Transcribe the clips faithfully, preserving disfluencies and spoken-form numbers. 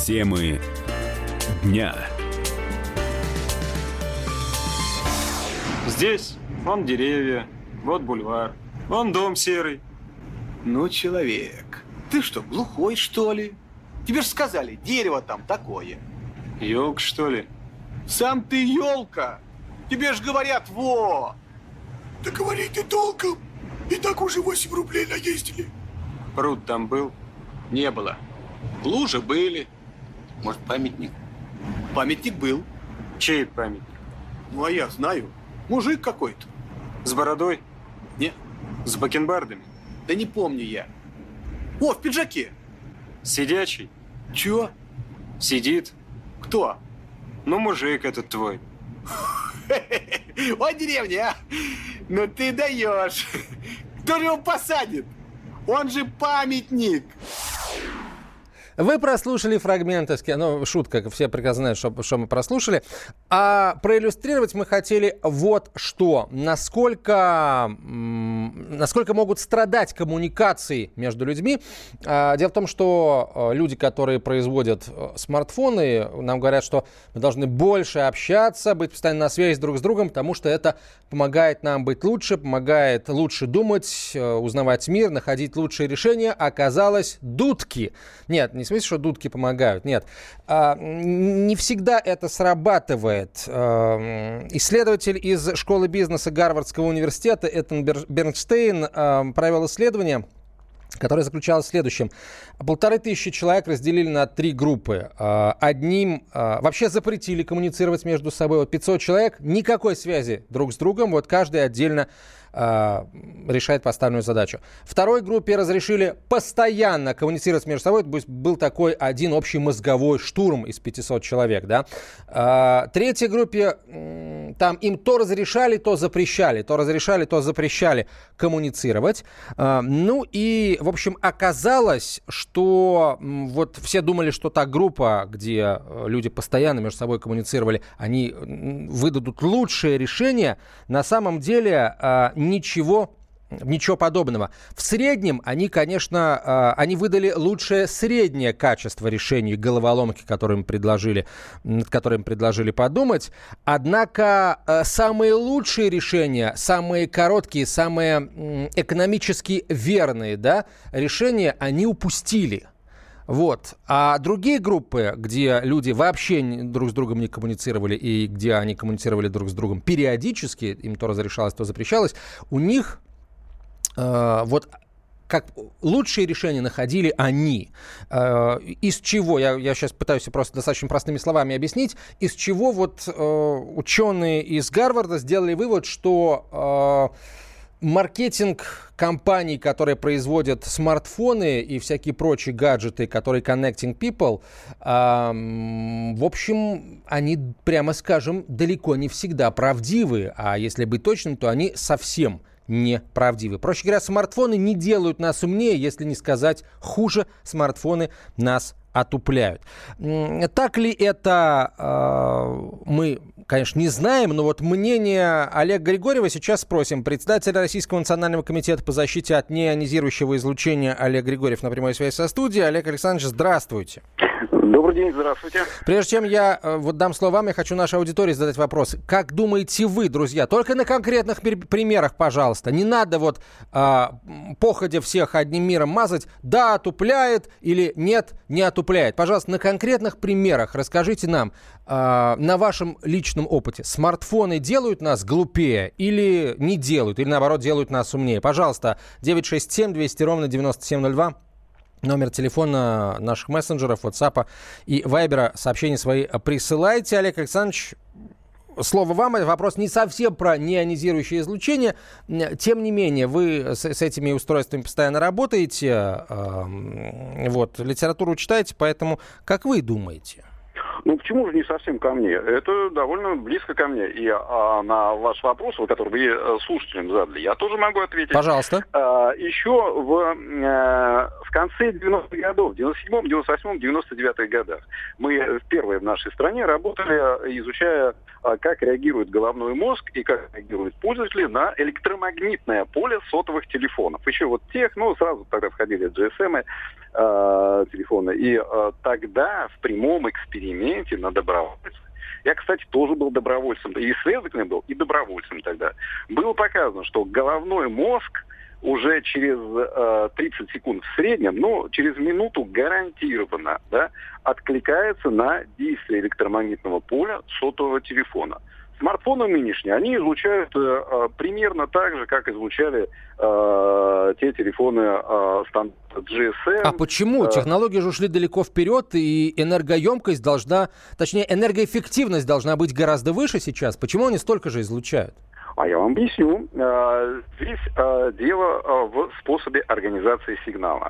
Темы дня. Здесь вон деревья, вот бульвар, вон дом серый. Ну, человек, ты что, глухой, что ли? Тебе же сказали, дерево там такое. Ёлка, что ли? Сам ты ёлка. Тебе же говорят, во. Да говори ты толком. И так уже восемь рублей наездили. Пруд там был? Не было. Лужи были. Может, памятник? Памятник был. Чей памятник? Ну, а я знаю. Мужик какой-то. С бородой? Не. С бакенбардами? Да не помню я. О, в пиджаке. Сидячий? Чё? Сидит. Кто? Ну, мужик этот твой. О, деревня, а? Ну ты даешь. Кто же его посадит? Он же памятник. Вы прослушали фрагменты, ну, шутка, все прекрасно знают, что, что мы прослушали. А проиллюстрировать мы хотели вот что. Насколько, насколько могут страдать коммуникации между людьми. Дело в том, что люди, которые производят смартфоны, нам говорят, что мы должны больше общаться, быть постоянно на связи друг с другом, потому что это помогает нам быть лучше, помогает лучше думать, узнавать мир, находить лучшие решения. Оказалось, дудки. Нет, не в смысле, что дудки помогают. Нет. А, не всегда это срабатывает. А, исследователь из школы бизнеса Гарвардского университета Этан Бернштейн а, провел исследование, которое заключалось в следующем. Полторы тысячи человек разделили на три группы. Одним вообще запретили коммуницировать между собой. Вот пятьсот человек, никакой связи друг с другом. Вот каждый отдельно решает поставленную задачу. Второй группе разрешили постоянно коммуницировать между собой. То есть был такой один общий мозговой штурм из пятисот человек. Да? Третьей группе там им то разрешали, то запрещали. То разрешали, то запрещали коммуницировать. Ну и, в общем, оказалось, что вот все думали, что та группа, где люди постоянно между собой коммуницировали, они выдадут лучшее решение. На самом деле ничего, ничего подобного. В среднем они, конечно, они выдали лучшее среднее качество решений головоломки, которые им предложили, над которыми предложили подумать. Однако самые лучшие решения, самые короткие, самые экономически верные, да, решения они упустили. Вот. А другие группы, где люди вообще друг с другом не коммуницировали и где они коммуницировали друг с другом периодически, им то разрешалось, то запрещалось, у них э, вот как лучшие решения находили они. Э, из чего, я, я сейчас пытаюсь просто достаточно простыми словами объяснить, из чего вот э, ученые из Гарварда сделали вывод, что э, маркетинг компаний, которые производят смартфоны и всякие прочие гаджеты, которые connecting people, э, в общем, они, прямо скажем, далеко не всегда правдивы. А если быть точным, то они совсем неправдивы. Проще говоря, смартфоны не делают нас умнее, если не сказать хуже, смартфоны нас отупляют. Так ли это, э, мы, конечно, не знаем, но вот мнение Олега Григорьева сейчас спросим. Председатель Российского национального комитета по защите от неионизирующего излучения Олег Григорьев на прямой связи со студией. Олег Александрович, здравствуйте. Добрый день, здравствуйте. Прежде чем я э, вот дам слово вам, я хочу нашей аудитории задать вопрос. Как думаете вы, друзья, только на конкретных пер- примерах, пожалуйста, не надо вот э, походя всех одним миром мазать, да, отупляет или нет, не отупляет. Пожалуйста, на конкретных примерах расскажите нам, э, на вашем личном опыте, смартфоны делают нас глупее или не делают, или наоборот делают нас умнее? Пожалуйста, девять шесть семь двести ровно девяносто семь ноль два. Номер телефона наших мессенджеров, WhatsApp и Viber. Сообщения свои присылайте. Олег Александрович, слово вам. Это вопрос не совсем про неионизирующее излучение. Тем не менее, вы с, с этими устройствами постоянно работаете. Э, вот, литературу читаете, поэтому как вы думаете? Ну, почему же не совсем ко мне? Это довольно близко ко мне. И а, на ваш вопрос, который вы э, слушателям задали, я тоже могу ответить. Пожалуйста. А, еще в, э, в конце девяностых годов, в девяносто седьмом, девяносто восьмом, девяносто девятых годах, мы впервые в нашей стране работали, изучая, как реагирует головной мозг и как реагируют пользователи на электромагнитное поле сотовых телефонов. Еще вот тех, ну, сразу тогда входили джи эс эм, э, телефона. И э, тогда в прямом эксперименте на добровольцах, я, кстати, тоже был добровольцем, и исследователем был, и добровольцем тогда, было показано, что головной мозг уже через э, тридцать секунд в среднем, ну, через минуту гарантированно, да, откликается на действие электромагнитного поля сотового телефона. Смартфоны нынешние, они излучают э, примерно так же, как излучали э, те телефоны э, стандарта джи эс эм. А почему? Э, Технологии же ушли далеко вперед, и энергоемкость должна, точнее, энергоэффективность должна быть гораздо выше сейчас. Почему они столько же излучают? А я вам объясню. Э, здесь э, дело э, в способе организации сигнала.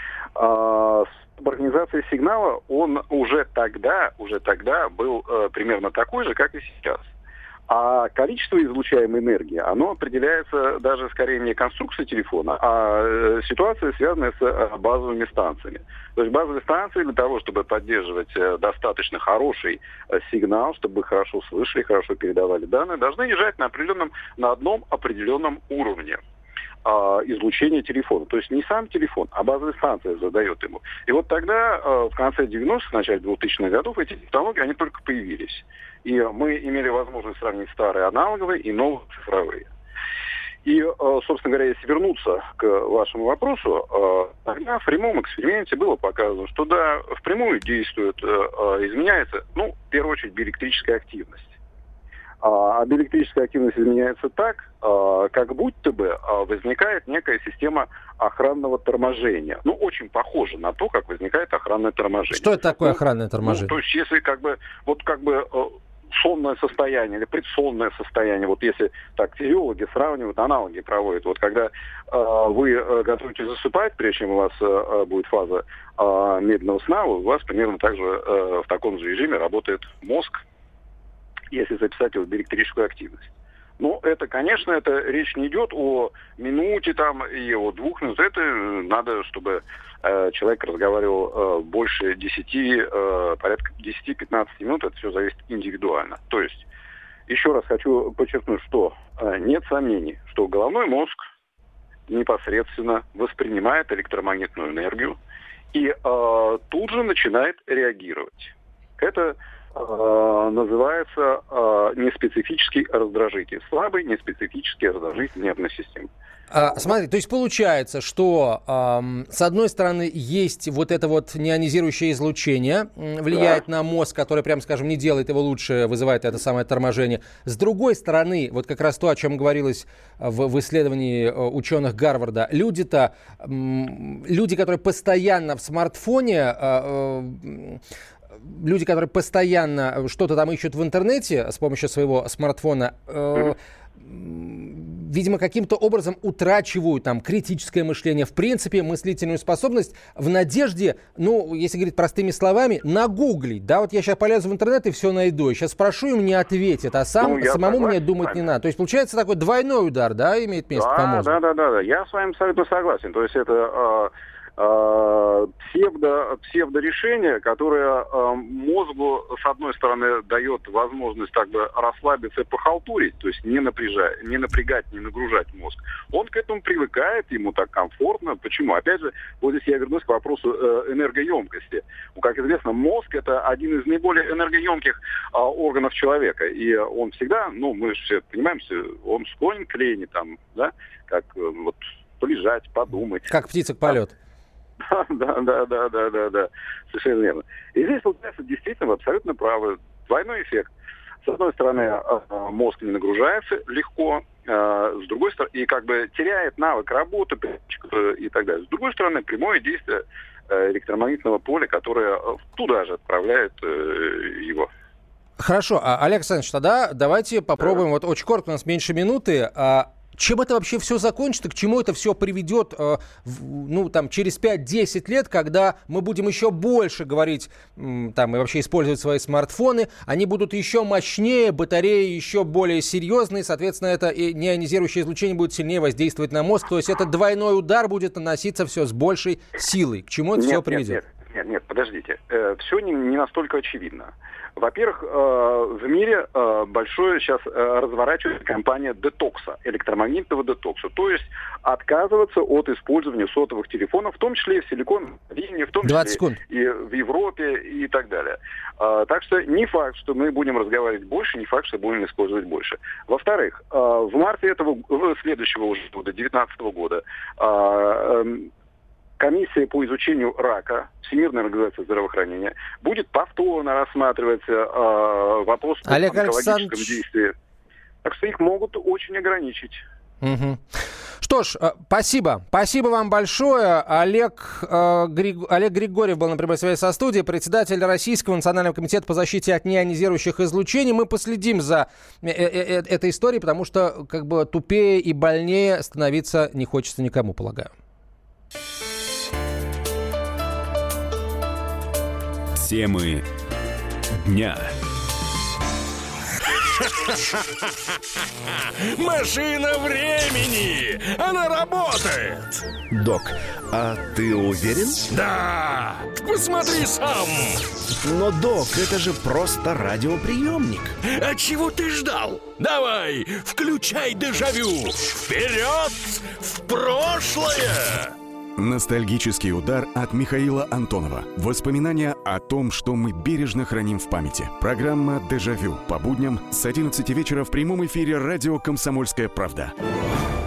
Э, Организация сигнала, он уже тогда, уже тогда был э, примерно такой же, как и сейчас. А количество излучаемой энергии, оно определяется даже скорее не конструкцией телефона, а э, ситуацией, связанной с э, базовыми станциями. То есть базовые станции для того, чтобы поддерживать э, достаточно хороший э, сигнал, чтобы хорошо слышали, хорошо передавали данные, должны лежать на определенном, на одном определенном уровне излучения телефона. То есть не сам телефон, а базовая станция задает ему. И вот тогда, в конце девяностых, в начале двухтысячных годов, эти технологии, они только появились. И мы имели возможность сравнить старые аналоговые и новые цифровые. И, собственно говоря, если вернуться к вашему вопросу, тогда в прямом эксперименте было показано, что да, впрямую действует, изменяется, ну, в первую очередь, биэлектрическая активность. А биэлектрическая активность изменяется так, как будто бы возникает некая система охранного торможения. Ну, очень похоже на то, как возникает охранное торможение. Что это такое ну, охранное торможение? Ну, то есть, если как бы, вот как бы сонное состояние или предсонное состояние, вот если так физиологи сравнивают, аналоги проводят, вот когда э, вы э, готовитесь засыпать, прежде чем у вас э, будет фаза э, медленного сна, у вас примерно так же э, в таком же режиме работает мозг, если записать его в биэлектрическую активность. Ну, это, конечно, это речь не идет о минуте там и о двух минутах. Это надо, чтобы э, человек разговаривал э, больше десяти, э, порядка десяти-пятнадцати минут. Это все зависит индивидуально. То есть, еще раз хочу подчеркнуть, что э, нет сомнений, что головной мозг непосредственно воспринимает электромагнитную энергию и э, тут же начинает реагировать. Это называется э, неспецифический раздражитель. Слабый неспецифический раздражитель нервной системы. А, смотри, то есть получается, что эм, с одной стороны есть вот это вот неионизирующее излучение, влияет да. на мозг, который, прям скажем, не делает его лучше, вызывает это самое торможение. С другой стороны, вот как раз то, о чем говорилось в, в исследовании ученых Гарварда, люди-то, эм, люди, которые постоянно в смартфоне, э, э, люди, которые постоянно что-то там ищут в интернете с помощью своего смартфона, э, видимо, каким-то образом утрачивают там критическое мышление, в принципе, мыслительную способность в надежде, ну, если говорить простыми словами, нагуглить. Да, вот я сейчас полезу в интернет и все найду. Я сейчас спрошу, и мне ответят, а сам, ну, самому согласен, мне думать не надо. То есть, получается, такой двойной удар, да, имеет место да, по мозгу? Да, да, да, да. Я с вами абсолютно согласен. То есть, это... псевдо, псевдорешение, которое э, мозгу, с одной стороны, дает возможность так бы расслабиться и похалтурить, то есть не напряжать, не напрягать, не нагружать мозг. Он к этому привыкает, ему так комфортно. Почему? Опять же, вот здесь я вернусь к вопросу э, энергоемкости. Ну, как известно, мозг — это один из наиболее энергоемких э, органов человека. И он всегда, ну, мы же все понимаем, он склонен к лени, там, да, как э, вот полежать, подумать. Как птица к полету. Да, да, да, да, да, да, совершенно верно. И здесь, получается, действительно, вы абсолютно правы. Двойной эффект. С одной стороны, мозг не нагружается легко, с другой стороны, и как бы теряет навык работы и так далее. С другой стороны, прямое действие электромагнитного поля, которое туда же отправляет его. Хорошо, Олег Александрович, тогда давайте попробуем, да. Вот очень коротко, у нас меньше минуты. Чем это вообще все закончится, к чему это все приведет, э, в, ну, там, через пять-десять лет, когда мы будем еще больше говорить, м, там, и вообще использовать свои смартфоны, они будут еще мощнее, батареи еще более серьезные, соответственно, это и неионизирующее излучение будет сильнее воздействовать на мозг, то есть это двойной удар будет наноситься все с большей силой. К чему это нет, все приведет? Нет, нет. Нет, нет, подождите. Э, все не, не настолько очевидно. Во-первых, э, в мире э, большое сейчас э, разворачивается кампания детокса, электромагнитного детокса. То есть отказываться от использования сотовых телефонов, в том числе и в Силиконовой долине, в том числе секунд. И в Европе и так далее. Э, так что не факт, что мы будем разговаривать больше, не факт, что будем использовать больше. Во-вторых, э, в марте этого следующего уже года, две тысячи девятнадцатого года, э, э, Комиссия по изучению рака, Всемирная организация здравоохранения, будет повторно рассматривать э, вопрос о онкологическом Александрович... действии. Так что их могут очень ограничить. Угу. Что ж, спасибо. Спасибо вам большое. Олег, э, Григ... Олег Григорьев был на прямой связи со студией, председатель Российского национального комитета по защите от неионизирующих излучений. Мы последим за э- э- э- этой историей, потому что как бы тупее и больнее становиться не хочется никому, полагаю. Темы дня. Машина времени! Она работает! Док, а ты уверен? Да! Посмотри сам! Но, док, это же просто радиоприемник. А чего ты ждал? Давай, включай дежавю! Вперед! В прошлое! Ностальгический удар от Михаила Антонова. Воспоминания о том, что мы бережно храним в памяти. Программа «Дежавю» по будням с одиннадцати вечера в прямом эфире радио «Комсомольская правда».